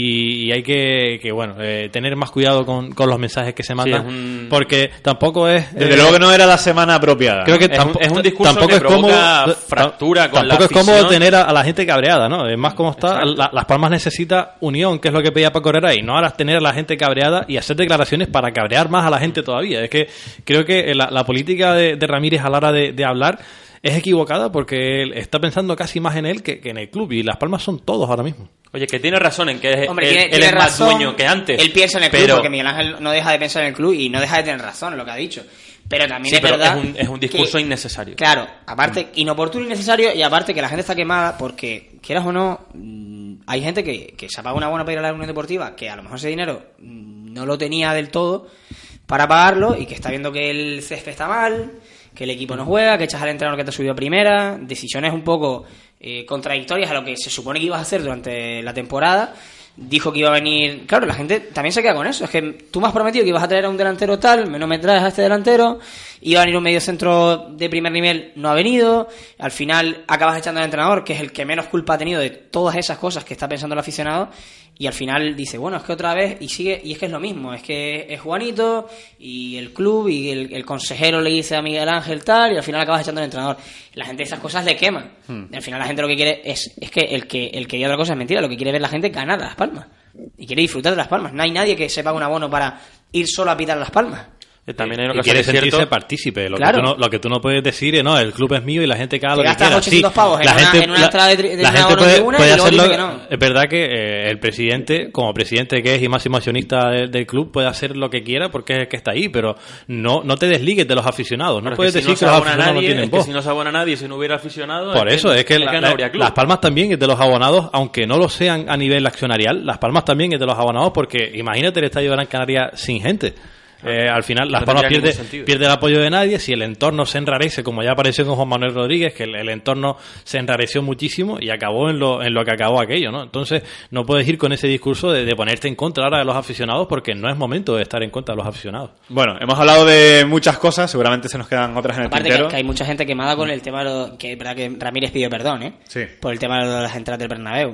y hay que tener más cuidado con los mensajes que se mandan, porque tampoco es... Desde luego que no era la semana apropiada. Creo que es un discurso tampoco que es cómodo, fractura con tampoco la es cómodo afición. tener a la gente cabreada, ¿no? Es más como está, Las Palmas necesita unión, que es lo que pedía Paco Herrera, y no ahora tener a la gente cabreada y hacer declaraciones para cabrear más a la gente todavía. Es que creo que la política de Ramírez a la hora de hablar es equivocada, porque él está pensando casi más en él que en el club, y Las Palmas son todos ahora mismo. Oye, que tiene razón en que él tiene es más razón, dueño que antes. Él piensa en el club, porque Miguel Ángel no deja de pensar en el club y no deja de tener razón en lo que ha dicho. Pero también es verdad... Es un discurso innecesario. Claro, aparte, inoportuno, innecesario, y aparte que la gente está quemada porque, quieras o no, hay gente que se ha pagado una buena para ir a la Unión Deportiva, que a lo mejor ese dinero no lo tenía del todo para pagarlo, y que está viendo que el césped está mal, que el equipo no juega, que echas al entrenador que te ha subido a primera, decisiones un poco contradictorias a lo que se supone que ibas a hacer durante la temporada. Dijo que iba a venir... Claro, la gente también se queda con eso. Es que tú me has prometido que ibas a traer a un delantero tal, no me traes a este delantero, iba a venir un mediocentro de primer nivel, no ha venido, al final acabas echando al entrenador, que es el que menos culpa ha tenido de todas esas cosas que está pensando el aficionado, y al final dice, bueno, es que otra vez, y sigue, y es que es lo mismo, es que es Juanito, y el club, y el consejero le dice a Miguel Ángel tal, y al final acabas echando al entrenador. La gente esas cosas le queman. Y al final la gente lo que quiere es que el que diga otra cosa es mentira, lo que quiere ver la gente ganar a Las Palmas. Y quiere disfrutar de Las Palmas. No hay nadie que se pague un abono para ir solo a pitar Las Palmas. También hay y quiere sentirse partícipe. Lo que tú no puedes decir es, no, el club es mío y la gente cada lo que quiera. 800 pavos en una entrada de la gente puede hacerlo. Que no. Es verdad que el presidente, como presidente que es y máximo accionista del club, puede hacer lo que quiera porque es el que está ahí, pero no te desligues de los aficionados. No puedes decir que los aficionados no tienen voz. Si no se abona nadie, si no hubiera aficionados... Por eso, es que Las Palmas también es de los abonados, aunque no lo sean a nivel accionarial. Las Palmas también es de los abonados, porque imagínate el Estadio de Gran Canaria sin gente. Al final Las Palmas pierde el apoyo de nadie. Si el entorno se enrarece, como ya apareció con Juan Manuel Rodríguez, que el entorno se enrareció muchísimo y acabó en lo que acabó aquello, ¿no? Entonces no puedes ir con ese discurso de ponerte en contra ahora de los aficionados, porque no es momento de estar en contra de los aficionados. Bueno, hemos hablado de muchas cosas, seguramente se nos quedan otras en el tintero. Aparte que hay mucha gente quemada con el tema que es verdad que Ramírez pidió perdón, sí, por el tema de las entradas del Bernabéu.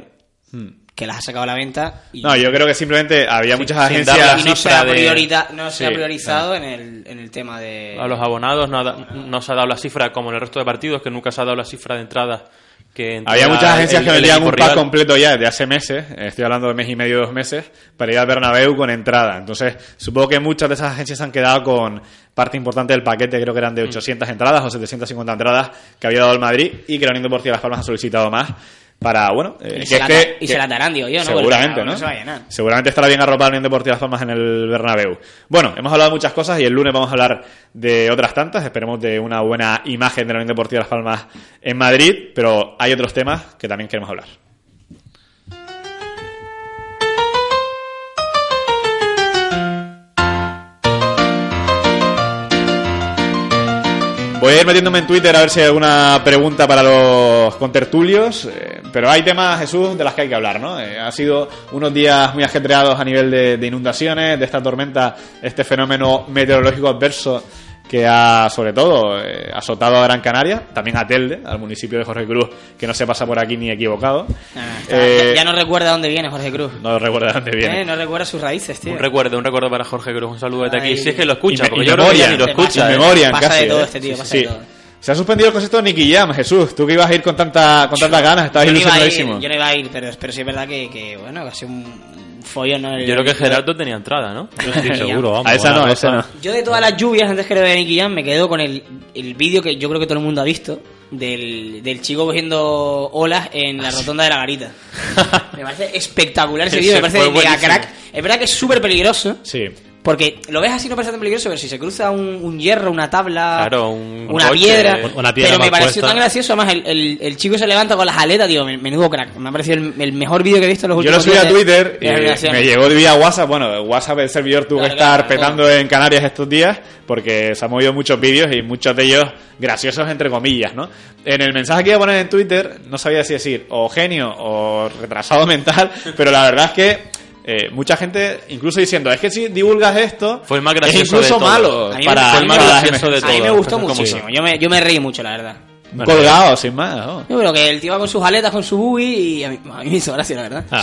Que las ha sacado a la venta. No, yo creo que simplemente había muchas agencias... Y no se ha priorizado en el tema de... A los abonados no se ha dado la cifra, como en el resto de partidos, que nunca se ha dado la cifra de entradas. Había muchas agencias que vendían un pack completo ya desde hace meses, estoy hablando de mes y medio, 2 meses, para ir al Bernabéu con entrada. Entonces, supongo que muchas de esas agencias han quedado con parte importante del paquete, creo que eran de 800 entradas o 750 entradas que había dado el Madrid, y que la Unión Deportiva Las Palmas ha solicitado más. para, bueno... se la darán, digo yo, ¿no? Seguramente, ¿no? Se va a llenar. Seguramente estará bien arropada la Unión Deportiva Las Palmas en el Bernabéu. Bueno, hemos hablado de muchas cosas y el lunes vamos a hablar de otras tantas. Esperemos de una buena imagen de la Unión Deportiva Las Palmas en Madrid, pero hay otros temas que también queremos hablar. Voy a ir metiéndome en Twitter a ver si hay alguna pregunta para los contertulios, pero hay temas, Jesús, de las que hay que hablar, ¿no? Ha sido unos días muy ajetreados a nivel de inundaciones, de esta tormenta, este fenómeno meteorológico adverso que ha, sobre todo, azotado a Gran Canaria, también a Telde, al municipio de Jorge Cruz, que no se pasa por aquí ni equivocado. Ya no recuerda dónde viene Jorge Cruz. No recuerda dónde viene. No recuerda sus raíces, tío. Un recuerdo para Jorge Cruz, un saludo desde aquí. Si es que lo escucha, porque yo creo que ya ni lo escucha. Pasa de todo este tío, pasa de todo. Se ha suspendido el concierto de Nicky Jam, Jesús. Tú que ibas a ir con tantas ganas, estabas ilusionadísimo. Yo no iba a ir, pero sí es verdad que bueno, casi un follón, ¿no? Yo creo que Gerardo tenía entrada, ¿no? Sí, seguro, vamos. A esa no. Yo de todas las lluvias, antes que lo de Nicky Jam, me quedo con el vídeo que yo creo que todo el mundo ha visto del chico cogiendo olas en la rotonda de la Garita. Me parece espectacular ese vídeo, me parece mega crack. Es verdad que es súper peligroso. Sí. Porque lo ves así, no parece tan peligroso, pero si se cruza un hierro, una tabla, claro, una coche, piedra, una piedra. Pero me pareció tan gracioso, además el chico se levanta con las aletas, digo, menudo crack. Me ha parecido el mejor vídeo que he visto en los últimos días. Yo lo subí a Twitter y me llegó vía WhatsApp. Bueno, WhatsApp, el servidor tuvo que estar petando en Canarias estos días, porque se han movido muchos vídeos y muchos de ellos graciosos entre comillas, ¿no? En el mensaje que iba a poner en Twitter, no sabía si decir o genio o retrasado mental, pero la verdad es que mucha gente incluso diciendo, es que si divulgas esto fue el más gracioso, es incluso de malo para el más gracioso de todo. A mí me gustó muchísimo, yo me reí mucho, la verdad. Colgado, sin más, ¿no? Yo creo que el tío va con sus aletas, con su buggy, y a mí me hizo gracia, la verdad.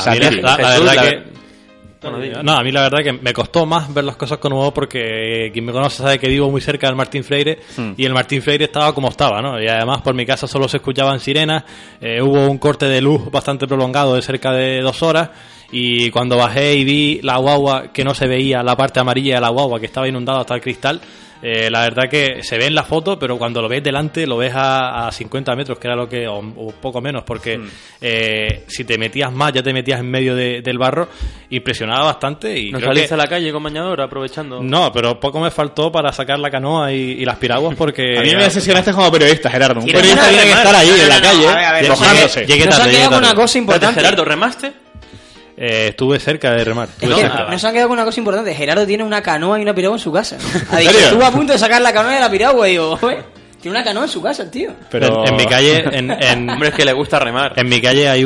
A mí la verdad que me costó más ver las cosas con humor, porque quien me conoce sabe que vivo muy cerca del Martín Freire y el Martín Freire estaba como estaba, ¿no? Y además por mi casa solo se escuchaban sirenas, hubo un corte de luz bastante prolongado de cerca de 2 horas. Y cuando bajé y vi la guagua, que no se veía la parte amarilla de la guagua, que estaba inundada hasta el cristal, la verdad que se ve en la foto, pero cuando lo ves delante lo ves a 50 metros, que era lo que, o poco menos, porque si te metías más, ya te metías en medio del barro. Impresionaba bastante. Y ¿no saliste a la calle con bañador aprovechando? No, pero poco me faltó para sacar la canoa y las piraguas, porque... A mí me decepcionaste como periodista, Gerardo. Un periodista tiene que estar ahí en la calle, mojándose. Nos han quedado con una cosa importante. Gerardo, ¿remaste? Estuve cerca de remar. Nos han quedado con una cosa importante. Gerardo tiene una canoa y una piragua en su casa. Ha dicho, estuvo a punto de sacar la canoa de la piragua y digo, tiene una canoa en su casa el tío. Pero en mi calle, hombre, es que le gusta remar. En mi calle hay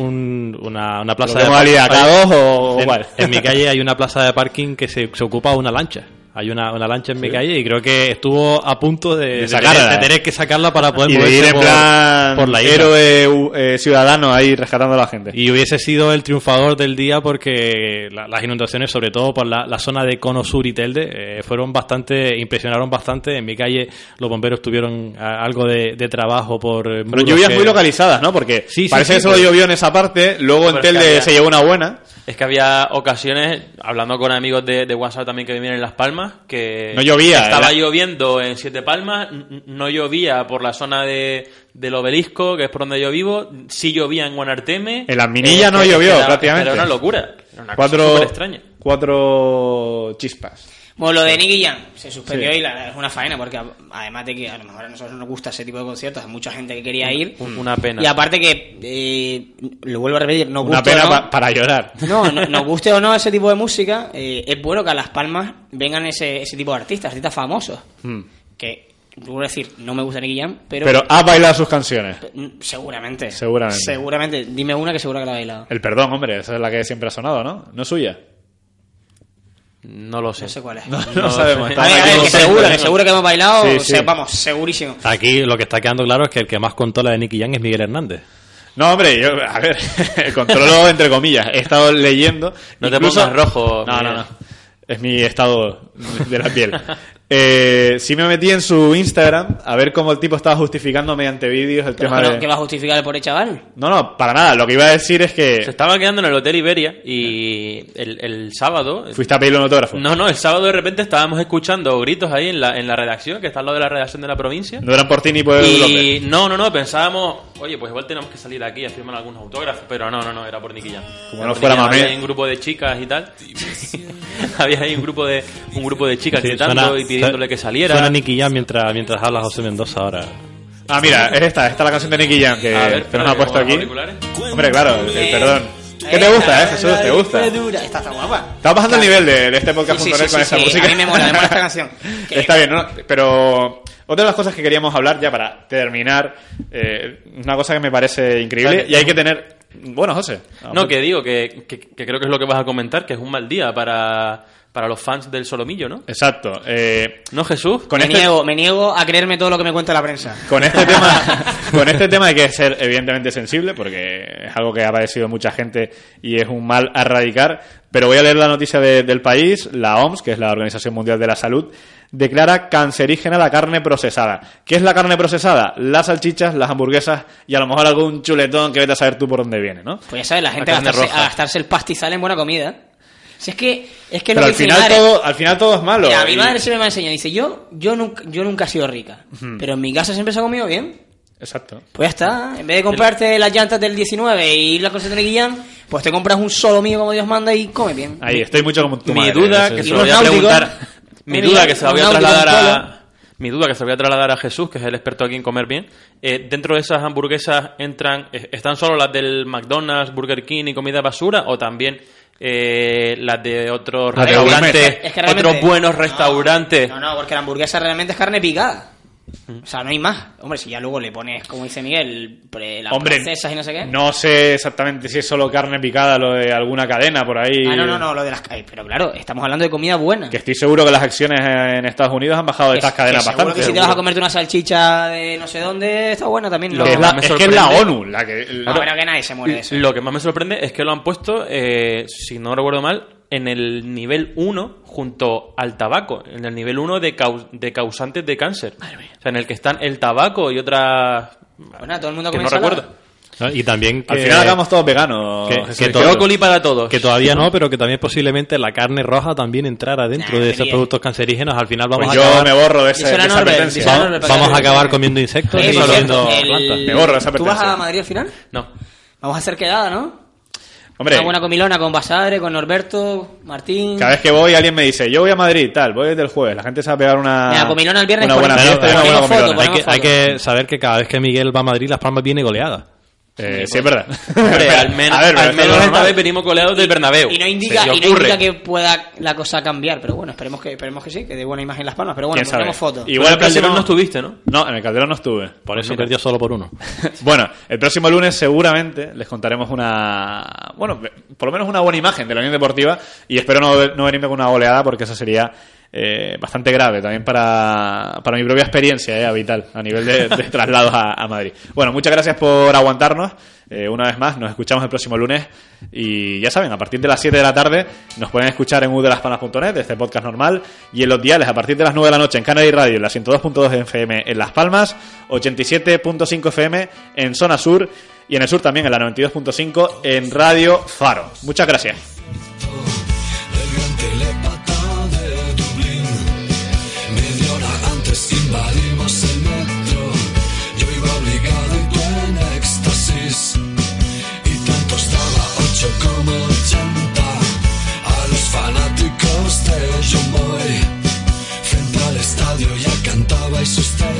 una plaza de parking. En mi calle hay una plaza de parking que se ocupa una lancha. Hay una lancha en mi calle y creo que estuvo a punto de tener que sacarla para poder moverse por la isla. Héroe ciudadano ahí rescatando a la gente. Y hubiese sido el triunfador del día, porque las inundaciones, sobre todo por la zona de Cono Sur y Telde, impresionaron bastante. En mi calle los bomberos tuvieron algo de trabajo por... Pero lluvias muy localizadas, ¿no? Porque parece que solo llovió en esa parte, luego en Telde se llevó una buena. Es que había ocasiones, hablando con amigos de WhatsApp también que vivían en Las Palmas, que no llovía, estaba lloviendo en Siete Palmas, no llovía por la zona del Obelisco, que es por donde yo vivo, sí llovía en Guanarteme. En Las Minillas no llovió prácticamente. Era una locura, era una cosa súper extraña. 4 chispas. Bueno, lo de Nicky Jam se suspendió y es una faena, porque además de que a lo mejor a nosotros nos gusta ese tipo de conciertos, hay mucha gente que quería ir. Una pena. Y aparte que, lo vuelvo a repetir, nos gusta. Una pena para llorar. No, nos guste o no ese tipo de música, es bueno que a Las Palmas vengan ese tipo de artistas famosos. Que, vuelvo a decir, no me gusta Nicky Jam, pero has bailado sus canciones. Seguramente. Seguramente. Dime una que seguro que la ha bailado. El Perdón, hombre, esa es la que siempre ha sonado, ¿no? ¿No es suya? No lo sé. No sé cuál es. No sabemos. A ver, seguro que hemos bailado. Vamos, segurísimo. Aquí lo que está quedando claro es que el que más controla de Nicky Jam es Miguel Hernández. No, hombre, a ver, controlo entre comillas. He estado leyendo. No te pongas rojo. No. Es mi estado de la piel. Sí me metí en su Instagram a ver cómo el tipo estaba justificando mediante vídeos el tema de... ¿Qué va a justificar el pobre chaval? No, para nada. Lo que iba a decir es que... Se estaba quedando en el Hotel Iberia y el sábado... ¿Fuiste a pedirle un autógrafo? No, el sábado de repente estábamos escuchando gritos ahí en la redacción, que está al lado de la redacción de la provincia. ¿No eran por ti ni por y... López? No, pensábamos, oye, pues igual tenemos que salir aquí a firmar algunos autógrafos, pero no, era por Nicky Jam. Como no fuera Mamé. Había un grupo de chicas y tal. Había ahí un grupo de chicas gritando y pidiéndole que saliera. Suena Nicky Jam mientras habla José Mendoza ahora. Ah, mira, es esta la canción de Nicky Jam que nos ha puesto aquí. Hombre, claro, perdón. ¿Qué te gusta, Jesús? ¿Te gusta? Está guapa. Estamos bajando el nivel de este podcast.net con esta música. A mí me mola esta canción. Está bien, ¿no? Pero otra de las cosas que queríamos hablar, ya para terminar, una cosa que me parece increíble, y hay que tener... Bueno, José. No, que digo, que creo que es lo que vas a comentar, que es un mal día para los fans del Solomillo, ¿no? Exacto. ¿No, Jesús? Me niego a creerme todo lo que me cuenta la prensa. Con este tema hay que ser evidentemente sensible, porque es algo que ha padecido mucha gente y es un mal a erradicar. Pero voy a leer la noticia del país. La OMS, que es la Organización Mundial de la Salud, declara cancerígena la carne procesada. ¿Qué es la carne procesada? Las salchichas, las hamburguesas y a lo mejor algún chuletón que vete a saber tú por dónde viene, ¿no? Pues ya sabes, la gente a gastarse el pastizal en buena comida. Si es que pero lo al final todo es malo. Mira, mi madre siempre me ha enseñado, dice, yo nunca he sido rica, pero en mi casa siempre se ha comido bien. Exacto. Pues ya está, en vez de comprarte las llantas del 19 y ir a la cosa de Nicky Jam, pues te compras un solo mío como Dios manda y come bien. Ahí estoy mucho como tu madre. Mi duda que se lo voy a preguntar, mi duda que se la voy a trasladar a Jesús, que es el experto aquí en comer bien. ¿Dentro de esas hamburguesas están solo las del McDonald's, Burger King y comida basura, o también las de otros restaurantes, otros buenos restaurantes? No, porque la hamburguesa realmente es carne picada. O sea, no hay más. Hombre, si ya luego le pones, como dice Miguel, las procesas y no sé qué. No sé exactamente si es solo carne picada lo de alguna cadena por ahí. No, lo de las... Pero claro, estamos hablando de comida buena. Que estoy seguro que las acciones en Estados Unidos han bajado de estas cadenas bastante. Que si te vas a comerte una salchicha de no sé dónde, está buena también. Es que es la ONU la que... pero que nadie se muere de eso. Lo que más me sorprende es que lo han puesto, si no recuerdo mal, en el nivel 1 junto al tabaco, en el nivel 1 de causantes de cáncer. O sea, en el que están el tabaco y otras... Bueno, todo el mundo que come no recuerdo. Y también que... Al final hagamos todos veganos. Que brócoli para todos. Que todavía no, pero que también posiblemente la carne roja también entrara dentro de esos productos cancerígenos. Al final vamos a acabar... Yo me borro de esa advertencia. Vamos a acabar comiendo insectos y comiendo plantas. Me borro de esa advertencia. ¿Tú vas a Madrid al final? No. Vamos a hacer quedada, ¿no? Hombre, una buena comilona con Basadre, con Norberto, Martín. Cada vez que voy alguien me dice, yo voy a Madrid, voy desde el jueves. La gente se va a pegar una comilona el viernes, una buena fiesta y una buena comilona. Hay que saber que cada vez que Miguel va a Madrid, Las Palmas viene goleada. Sí, es verdad. Hombre, al menos esta vez venimos goleados del Bernabéu. Y no indica que pueda la cosa cambiar, pero bueno, esperemos que sí, que dé buena imagen Las Palmas. Pero bueno, pondremos fotos. Igual en el Calderón no estuviste, ¿no? No, en el Calderón no estuve. Por eso perdió solo por uno. Bueno, el próximo lunes seguramente les contaremos por lo menos una buena imagen de la Unión Deportiva, y espero no venirme con una goleada, porque eso sería bastante grave también para mi propia experiencia vital a nivel de traslados a Madrid. Bueno, muchas gracias por aguantarnos una vez más. Nos escuchamos el próximo lunes y ya saben, a partir de las 7 de la tarde nos pueden escuchar en udelaspalmas.net, este podcast normal, y en los diales a partir de las 9 de la noche en Canary Radio, en la 102.2 FM en Las Palmas, 87.5 FM en Zona Sur, y en el sur también en la 92.5 en Radio Faro. Muchas gracias. Invadimos el metro, yo iba obligado y tú en éxtasis, y tanto estaba 8 como 80, a los fanáticos de John Boy, frente al estadio ya cantabais ustedes.